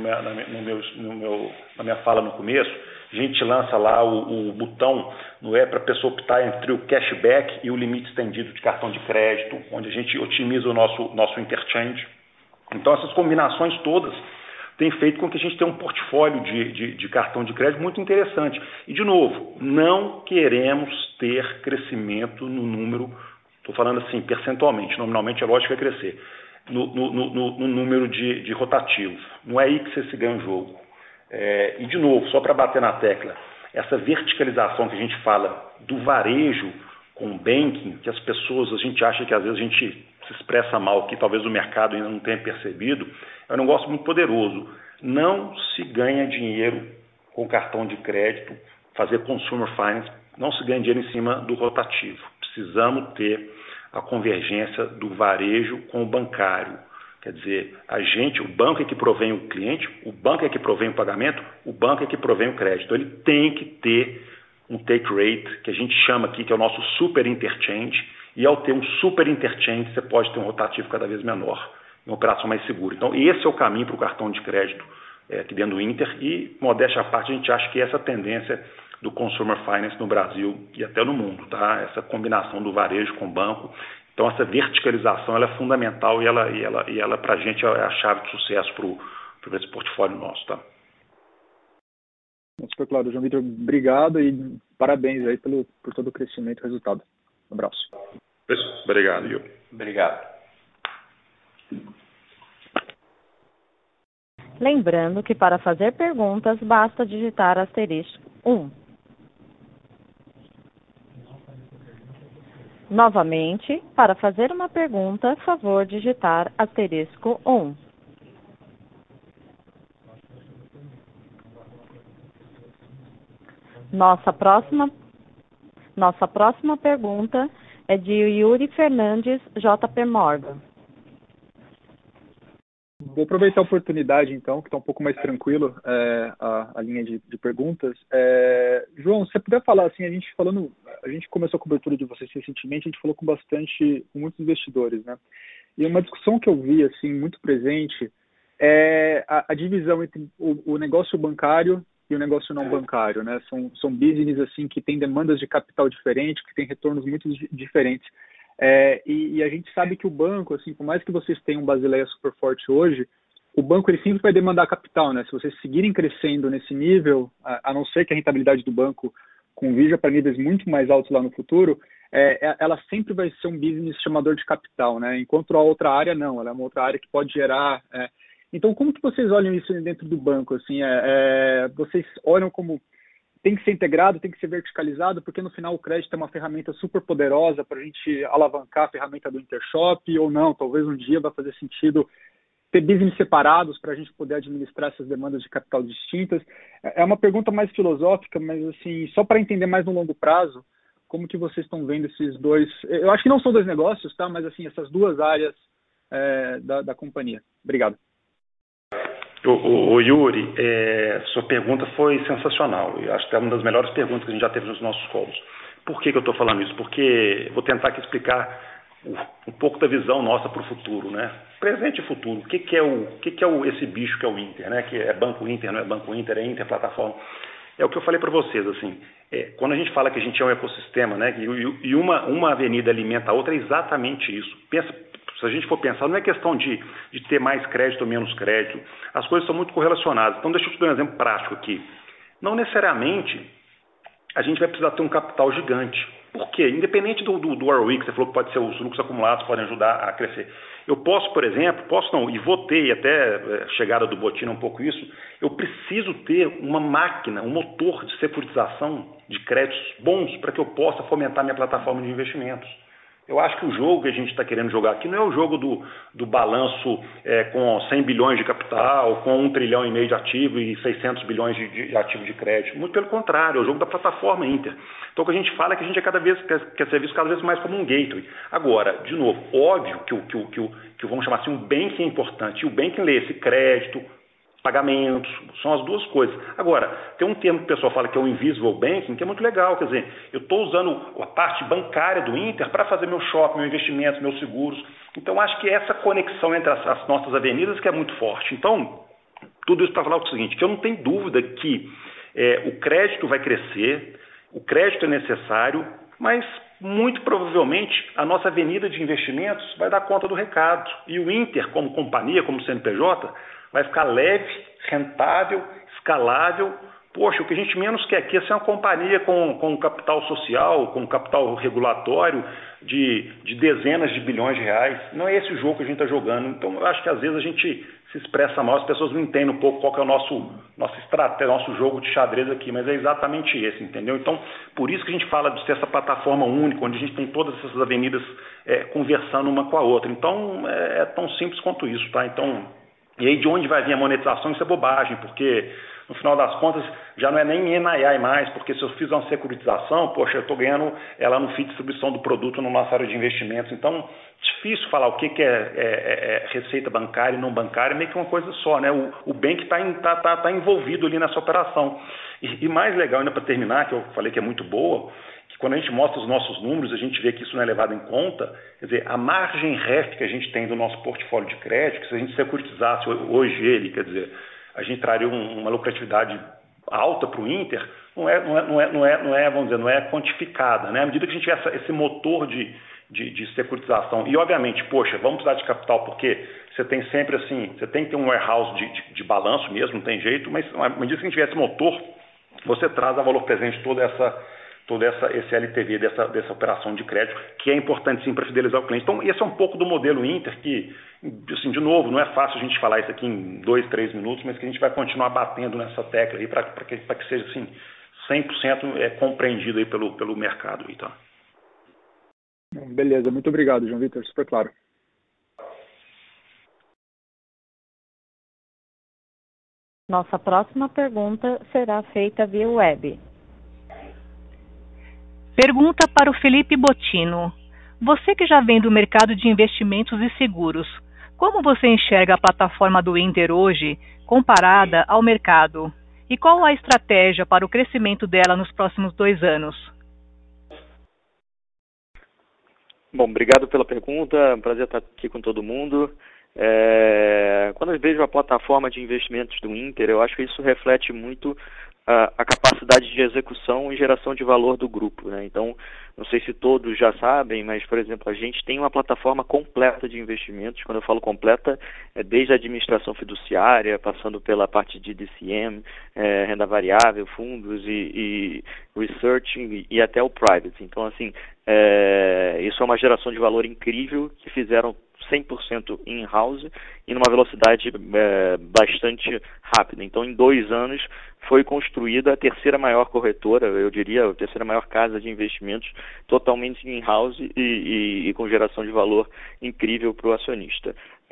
minha fala no começo, a gente lança lá o botão para a pessoa optar entre o cashback e o limite estendido de cartão de crédito, onde a gente otimiza o nosso interchange. Então essas combinações todas tem feito com que a gente tenha um portfólio de cartão de crédito muito interessante. E, de novo, não queremos ter crescimento no número, estou falando assim, percentualmente, nominalmente é lógico que vai crescer, no número de rotativos. Não é aí que você se ganha o jogo. E, de novo, só para bater na tecla, essa verticalização que a gente fala do varejo com o banking, que as pessoas, a gente acha que às vezes a gente se expressa mal, que talvez o mercado ainda não tenha percebido, é um negócio muito poderoso. Não se ganha dinheiro com cartão de crédito, fazer consumer finance, não se ganha dinheiro em cima do rotativo. Precisamos ter a convergência do varejo com o bancário. Quer dizer, o banco é que provém o cliente, o banco é que provém o pagamento, o banco é que provém o crédito. Ele tem que ter um take rate, que a gente chama aqui, que é o nosso super interchange, e ao ter um super interchange, você pode ter um rotativo cada vez menor, uma operação mais segura. Então, esse é o caminho para o cartão de crédito aqui dentro do Inter, e, modéstia à parte, a gente acha que essa tendência do consumer finance no Brasil e até no mundo, tá? Essa combinação do varejo com o banco. Então, essa verticalização ela é fundamental e ela para a gente é a chave de sucesso para esse portfólio nosso, tá? Super claro, João Vitor, obrigado e parabéns aí por todo o crescimento e resultado. Um abraço. Obrigado, Yuri. Obrigado. Lembrando que para fazer perguntas basta digitar *1. Novamente, para fazer uma pergunta, favor digitar *1. Nossa próxima pergunta é de Yuri Fernandes, JP Morgan. Vou aproveitar a oportunidade, então, que está um pouco mais tranquilo a linha de perguntas. João, se você puder falar, assim, a gente começou a cobertura de vocês recentemente, a gente falou com muitos investidores, né? E uma discussão que eu vi, assim, muito presente é a divisão entre o negócio bancário e o negócio não bancário, né? São business, assim, que têm demandas de capital diferentes, que têm retornos muito diferentes. E a gente sabe que o banco, assim, por mais que vocês tenham um Basileia super forte hoje, o banco ele sempre vai demandar capital, né? Se vocês seguirem crescendo nesse nível, a não ser que a rentabilidade do banco convirja para níveis muito mais altos lá no futuro, ela sempre vai ser um business chamador de capital, né? Enquanto a outra área não, ela é uma outra área que pode gerar... Então, como que vocês olham isso dentro do banco? Assim, vocês olham como tem que ser integrado, tem que ser verticalizado, porque no final o crédito é uma ferramenta super poderosa para a gente alavancar a ferramenta do Intershop, ou não, talvez um dia vai fazer sentido ter business separados para a gente poder administrar essas demandas de capital distintas. É uma pergunta mais filosófica, mas assim, só para entender mais no longo prazo, como que vocês estão vendo esses dois... Eu acho que não são dois negócios, tá? Mas assim, essas duas áreas da companhia. Obrigado. O Yuri, sua pergunta foi sensacional. Eu acho que é uma das melhores perguntas que a gente já teve nos nossos calls. Por que eu estou falando isso? Porque vou tentar aqui explicar um pouco da visão nossa para o futuro, né? Presente e futuro. O que é esse bicho que é o Inter, né? Que é Banco Inter, não é Banco Inter, é Inter Plataforma. É o que eu falei para vocês, assim. Quando a gente fala que a gente é um ecossistema, né? E uma avenida alimenta a outra, é exatamente isso. Se a gente for pensar, não é questão de ter mais crédito ou menos crédito. As coisas são muito correlacionadas. Então, deixa eu te dar um exemplo prático aqui. Não necessariamente a gente vai precisar ter um capital gigante. Por quê? Independente do ROI, que você falou que pode ser os lucros acumulados, podem ajudar a crescer. Eu posso, por exemplo, e vou ter, e até a chegada do Botina um pouco isso, eu preciso ter uma máquina, um motor de securitização de créditos bons para que eu possa fomentar minha plataforma de investimentos. Eu acho que o jogo que a gente está querendo jogar aqui não é o jogo do balanço com 100 bilhões de capital, com 1,5 trilhão de ativo e 600 bilhões de ativo de crédito. Muito pelo contrário, é o jogo da plataforma Inter. Então o que a gente fala é que a gente quer ser visto cada vez mais como um gateway. Agora, de novo, óbvio que vamos chamar assim, um banking é importante. E o banking lê esse crédito, pagamentos, são as duas coisas. Agora, tem um termo que o pessoal fala que é o invisible banking, que é muito legal, quer dizer, eu estou usando a parte bancária do Inter para fazer meu shopping, meu investimento, meus seguros. Então, acho que essa conexão entre as nossas avenidas que é muito forte. Então, tudo isso para falar o seguinte, que eu não tenho dúvida que o crédito vai crescer, o crédito é necessário, mas muito provavelmente a nossa avenida de investimentos vai dar conta do recado. E o Inter, como companhia, como CNPJ, vai ficar leve, rentável, escalável, poxa, o que a gente menos quer aqui é ser uma companhia com capital social, com capital regulatório de dezenas de bilhões de reais. Não é esse o jogo que a gente está jogando. Então, eu acho que às vezes a gente se expressa mal, as pessoas não entendem um pouco qual que é o nossa estratégia, nosso jogo de xadrez aqui, mas é exatamente esse, entendeu? Então, por isso que a gente fala de ser essa plataforma única, onde a gente tem todas essas avenidas conversando uma com a outra. Então, é tão simples quanto isso, tá? Então, e aí de onde vai vir a monetização? Isso é bobagem, porque no final das contas já não é nem NII mais, porque se eu fizer uma securitização, poxa, eu estou ganhando ela no FII de distribuição do produto na nossa área de investimentos. Então, difícil falar o que é receita bancária e não bancária, é meio que uma coisa só, né? O bem que está envolvido ali nessa operação. E mais legal ainda para terminar, que eu falei que é muito boa, que quando a gente mostra os nossos números, a gente vê que isso não é levado em conta. Quer dizer, a margem REF que a gente tem do nosso portfólio de crédito, que se a gente securitizasse hoje ele, quer dizer, a gente traria uma lucratividade alta para o Inter, não é, vamos dizer, não é quantificada, né? À medida que a gente tiver esse motor de securitização, e obviamente, poxa, vamos precisar de capital, porque você tem sempre assim, você tem que ter um warehouse de balanço mesmo, não tem jeito, mas à medida que a gente tiver esse motor, você traz a valor presente todo esse LTV dessa operação de crédito, que é importante sim para fidelizar o cliente. Então, esse é um pouco do modelo Inter, que, assim, de novo, não é fácil a gente falar isso aqui em 2, 3 minutos, mas que a gente vai continuar batendo nessa tecla aí para que seja assim, 100% compreendido aí pelo mercado. Aí, tá? Beleza, muito obrigado, João Vitor, super claro. Nossa próxima pergunta será feita via web. Pergunta para o Felipe Bottino. Você que já vem do mercado de investimentos e seguros, como você enxerga a plataforma do Inter hoje comparada ao mercado? E qual a estratégia para o crescimento dela nos próximos 2 anos? Bom, obrigado pela pergunta, é um prazer estar aqui com todo mundo. Quando eu vejo a plataforma de investimentos do Inter, eu acho que isso reflete muito a capacidade de execução e geração de valor do grupo, né? Então, não sei se todos já sabem, mas, por exemplo, a gente tem uma plataforma completa de investimentos. Quando eu falo completa, é desde a administração fiduciária, passando pela parte de DCM, renda variável, fundos e research e até o private. Então, assim, isso é uma geração de valor incrível que fizeram 100% in-house e numa velocidade bastante rápida. Então, em 2 anos, foi construída a terceira maior corretora, eu diria, a terceira maior casa de investimentos totalmente in-house e com geração de valor incrível para o acionista.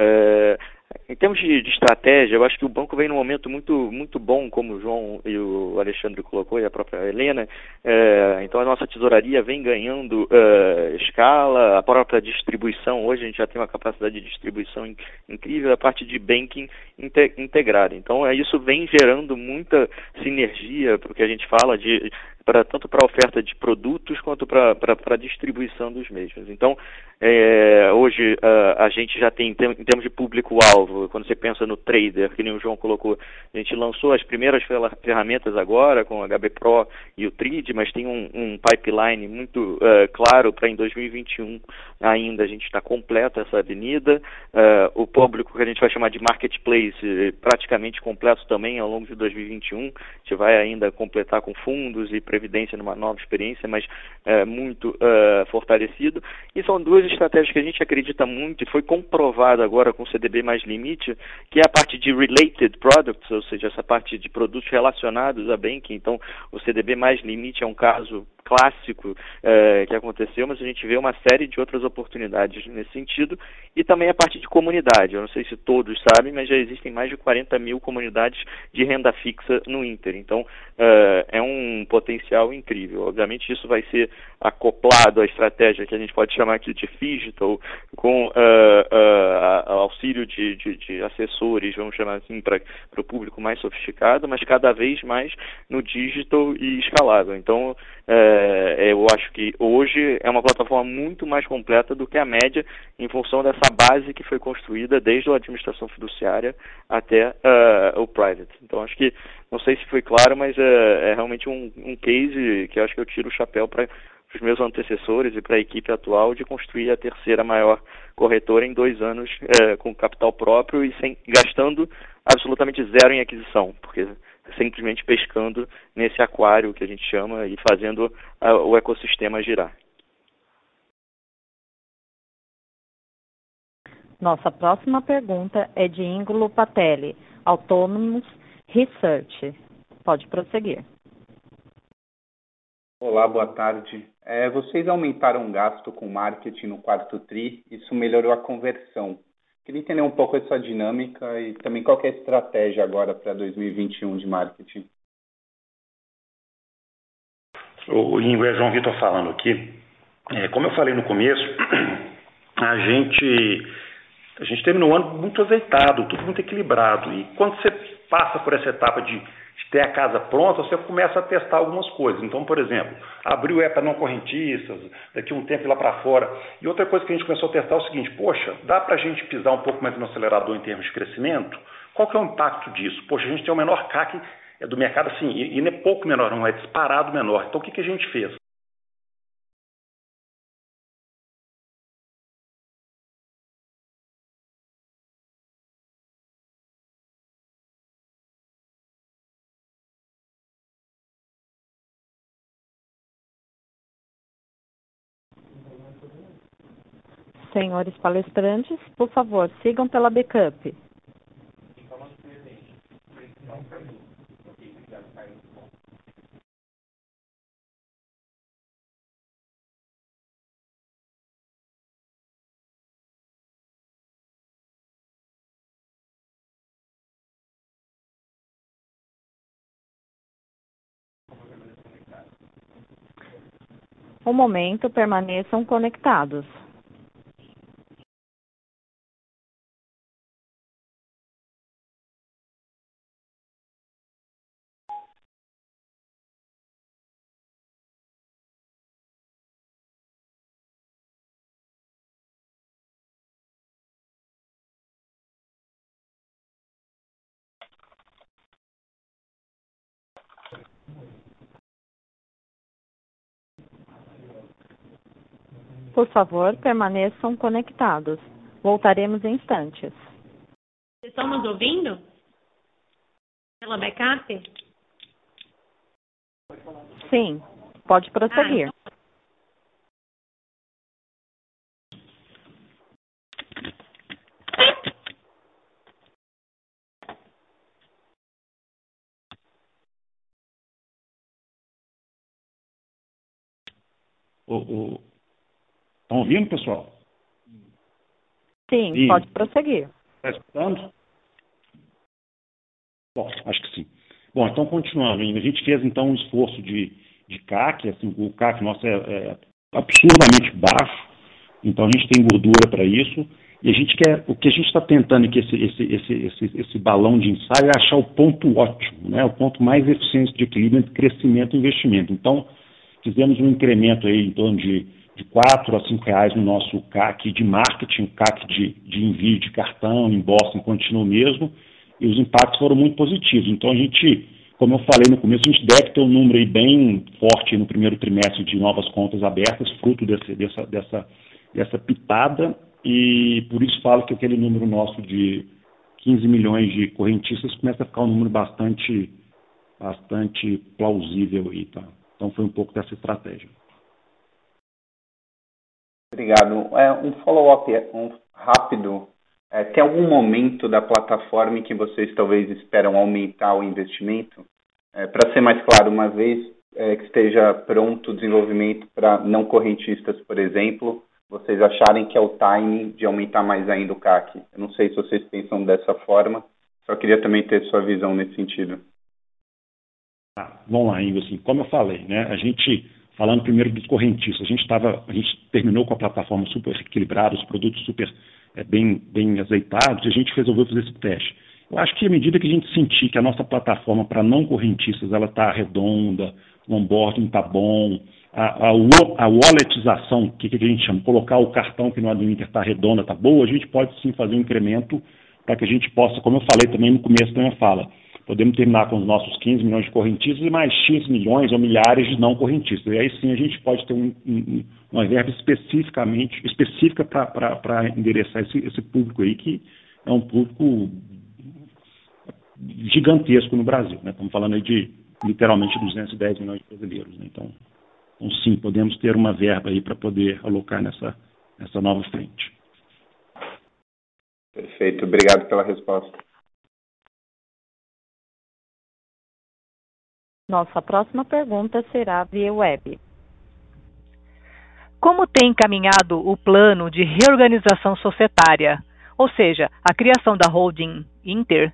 Em termos de estratégia, eu acho que o banco vem num momento muito, muito bom, como o João e o Alexandre colocou, e a própria Helena. Então, a nossa tesouraria vem ganhando escala, a própria distribuição, hoje a gente já tem uma capacidade de distribuição incrível, a parte de banking integrada. Então, isso vem gerando muita sinergia para o que a gente fala tanto para a oferta de produtos quanto para a distribuição dos mesmos. Então, hoje a gente já tem, em termos de público-alvo, quando você pensa no trader, que nem o João colocou, a gente lançou as primeiras ferramentas agora com o HB Pro e o TRID, mas tem um pipeline muito claro para em 2021 ainda a gente está completo essa avenida. O público que a gente vai chamar de marketplace praticamente completo também ao longo de 2021. A gente vai ainda completar com fundos e previdência numa nova experiência, mas muito fortalecido. E são 2 estratégias que a gente acredita muito e foi comprovado agora com o CDB mais limite, que é a parte de related products, ou seja, essa parte de produtos relacionados a banking. Então, o CDB mais limite é um caso clássico que aconteceu, mas a gente vê uma série de outras oportunidades nesse sentido, e também a parte de comunidade. Eu não sei se todos sabem, mas já existem mais de 40 mil comunidades de renda fixa no Inter. Então, é um potencial incrível. Obviamente, isso vai ser acoplado à estratégia que a gente pode chamar aqui de digital, com auxílio de assessores, vamos chamar assim, para o público mais sofisticado, mas cada vez mais no digital e escalável. Então, eu acho que hoje é uma plataforma muito mais completa do que a média, em função dessa base que foi construída desde a administração fiduciária até o private. Então, acho que, não sei se foi claro, mas é realmente um case que eu acho que eu tiro o chapéu para os meus antecessores e para a equipe atual de construir a terceira maior corretora em 2 anos com capital próprio e gastando absolutamente zero em aquisição, porque simplesmente pescando nesse aquário que a gente chama e fazendo o ecossistema girar. Nossa próxima pergunta é de Íngulo Patelli, Autonomous Research. Pode prosseguir. Olá, boa tarde. Vocês aumentaram o gasto com marketing no quarto TRI, isso melhorou a conversão. Queria entender um pouco essa dinâmica e também qual que é a estratégia agora para 2021 de marketing. O Ingo, é João Vitor falando aqui. Como eu falei no começo, a gente terminou o ano muito azeitado, tudo muito equilibrado. E quando você passa por essa etapa de ter a casa pronta, você começa a testar algumas coisas. Então, por exemplo, abrir o app para não correntistas, daqui a um tempo ir lá para fora. E outra coisa que a gente começou a testar é o seguinte: poxa, dá para a gente pisar um pouco mais no acelerador em termos de crescimento? Qual que é o impacto disso? Poxa, a gente tem o menor CAC do mercado, assim, e não é pouco menor, não, é disparado menor. Então, o que a gente fez? Senhores palestrantes, por favor, sigam pela backup. Um momento, permaneçam conectados. Por favor, permaneçam conectados. Voltaremos em instantes. Vocês estão nos ouvindo? Pela backup? Sim, pode prosseguir. Estão ouvindo, pessoal? Sim, pode prosseguir. Está escutando? Bom, acho que sim. Bom, então continuando, a gente fez então um esforço de CAC, assim, o CAC nosso é absurdamente baixo, então a gente tem gordura para isso, e o que a gente está tentando aqui, esse balão de ensaio, é achar o ponto ótimo, né, o ponto mais eficiente de equilíbrio entre crescimento e investimento. Então, fizemos um incremento aí em torno de R$4 a R$5 no nosso CAC de marketing, o CAC de envio de cartão, em Boston continua o mesmo, e os impactos foram muito positivos. Então a gente, como eu falei no começo, a gente deve ter um número aí bem forte no primeiro trimestre de novas contas abertas, fruto dessa pitada, e por isso falo que aquele número nosso de 15 milhões de correntistas começa a ficar um número bastante plausível aí, tá? Então foi um pouco dessa estratégia. Obrigado. Um follow-up rápido. Tem algum momento da plataforma em que vocês talvez esperam aumentar o investimento? Para ser mais claro, uma vez que esteja pronto o desenvolvimento para não correntistas, por exemplo, vocês acharem que é o timing de aumentar mais ainda o CAC? Eu não sei se vocês pensam dessa forma, só queria também ter sua visão nesse sentido. Vamos lá, Ingo, assim, como eu falei, né, a gente, falando primeiro dos correntistas, a gente terminou com a plataforma super equilibrada, os produtos super bem azeitados, e a gente resolveu fazer esse teste. Eu acho que à medida que a gente sentir que a nossa plataforma para não correntistas ela está redonda, o onboarding está bom, a walletização, que a gente chama, colocar o cartão que no do Inter está redonda, está boa, a gente pode sim fazer um incremento para que a gente possa, como eu falei também no começo da minha fala, podemos terminar com os nossos 15 milhões de correntistas e mais X milhões ou milhares de não correntistas. E aí sim a gente pode ter uma verba específica para endereçar esse público aí, que é um público gigantesco no Brasil, né? Estamos falando aí de literalmente 210 milhões de brasileiros, né? Então, sim, podemos ter uma verba aí para poder alocar nessa nova frente. Perfeito, obrigado pela resposta. Nossa próxima pergunta será via web. Como tem encaminhado o plano de reorganização societária, ou seja, a criação da holding Inter?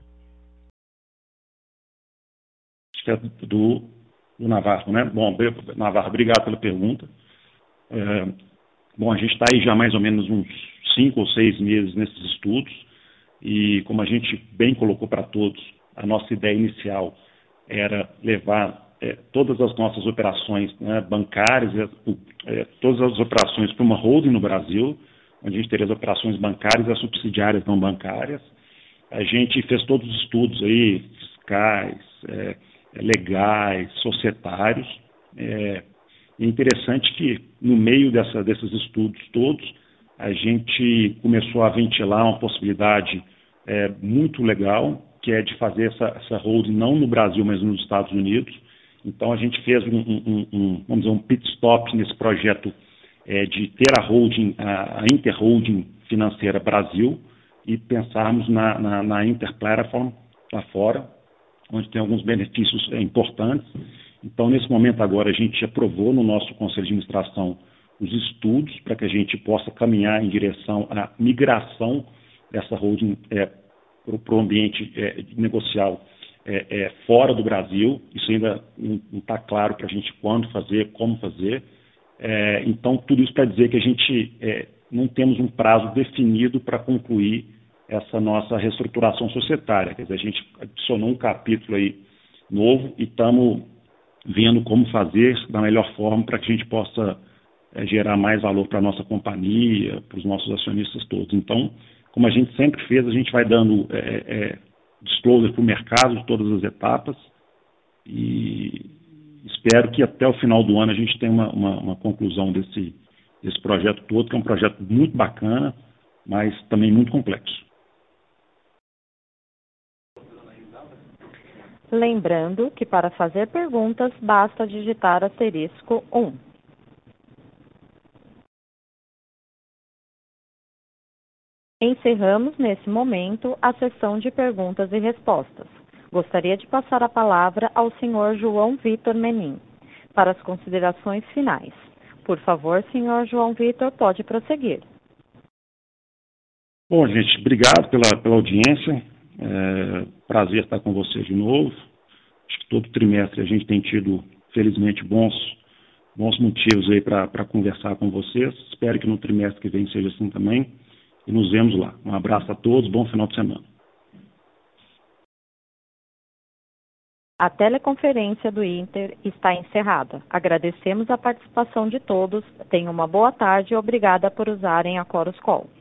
Acho que é do Navarro, né? Bom, Navarro, obrigado pela pergunta. Bom, a gente está aí já mais ou menos uns 5 ou 6 meses nesses estudos e, como a gente bem colocou para todos, a nossa ideia inicial era levar todas as nossas operações, né, bancárias, todas as operações para uma holding no Brasil, onde a gente teria as operações bancárias e as subsidiárias não bancárias. A gente fez todos os estudos aí, fiscais, legais, societários. É interessante que, no meio desses estudos todos, a gente começou a ventilar uma possibilidade muito legal, que é de fazer essa holding não no Brasil, mas nos Estados Unidos. Então, a gente fez vamos dizer, um pit stop nesse projeto de ter a holding, a Interholding Financeira Brasil, e pensarmos na Interplatform lá fora, onde tem alguns benefícios importantes. Então, nesse momento agora, a gente aprovou no nosso Conselho de Administração os estudos para que a gente possa caminhar em direção à migração dessa holding para o ambiente negocial fora do Brasil. Isso ainda não está claro para a gente quando fazer, como fazer. Então, tudo isso para dizer que a gente não temos um prazo definido para concluir essa nossa reestruturação societária. Quer dizer, a gente adicionou um capítulo aí novo e estamos vendo como fazer da melhor forma para que a gente possa gerar mais valor para a nossa companhia, para os nossos acionistas todos. Então, como a gente sempre fez, a gente vai dando disclosure para o mercado de todas as etapas e espero que até o final do ano a gente tenha uma conclusão desse projeto todo, que é um projeto muito bacana, mas também muito complexo. Lembrando que para fazer perguntas basta digitar *1. Encerramos nesse momento a sessão de perguntas e respostas. Gostaria de passar a palavra ao senhor João Vitor Menin para as considerações finais. Por favor, senhor João Vitor, pode prosseguir. Bom, gente, obrigado pela audiência. Prazer estar com vocês de novo. Acho que todo trimestre a gente tem tido, felizmente, bons motivos aí para conversar com vocês. Espero que no trimestre que vem seja assim também. E nos vemos lá. Um abraço a todos, bom final de semana. A teleconferência do Inter está encerrada. Agradecemos a participação de todos. Tenham uma boa tarde e obrigada por usarem a Chorus Call.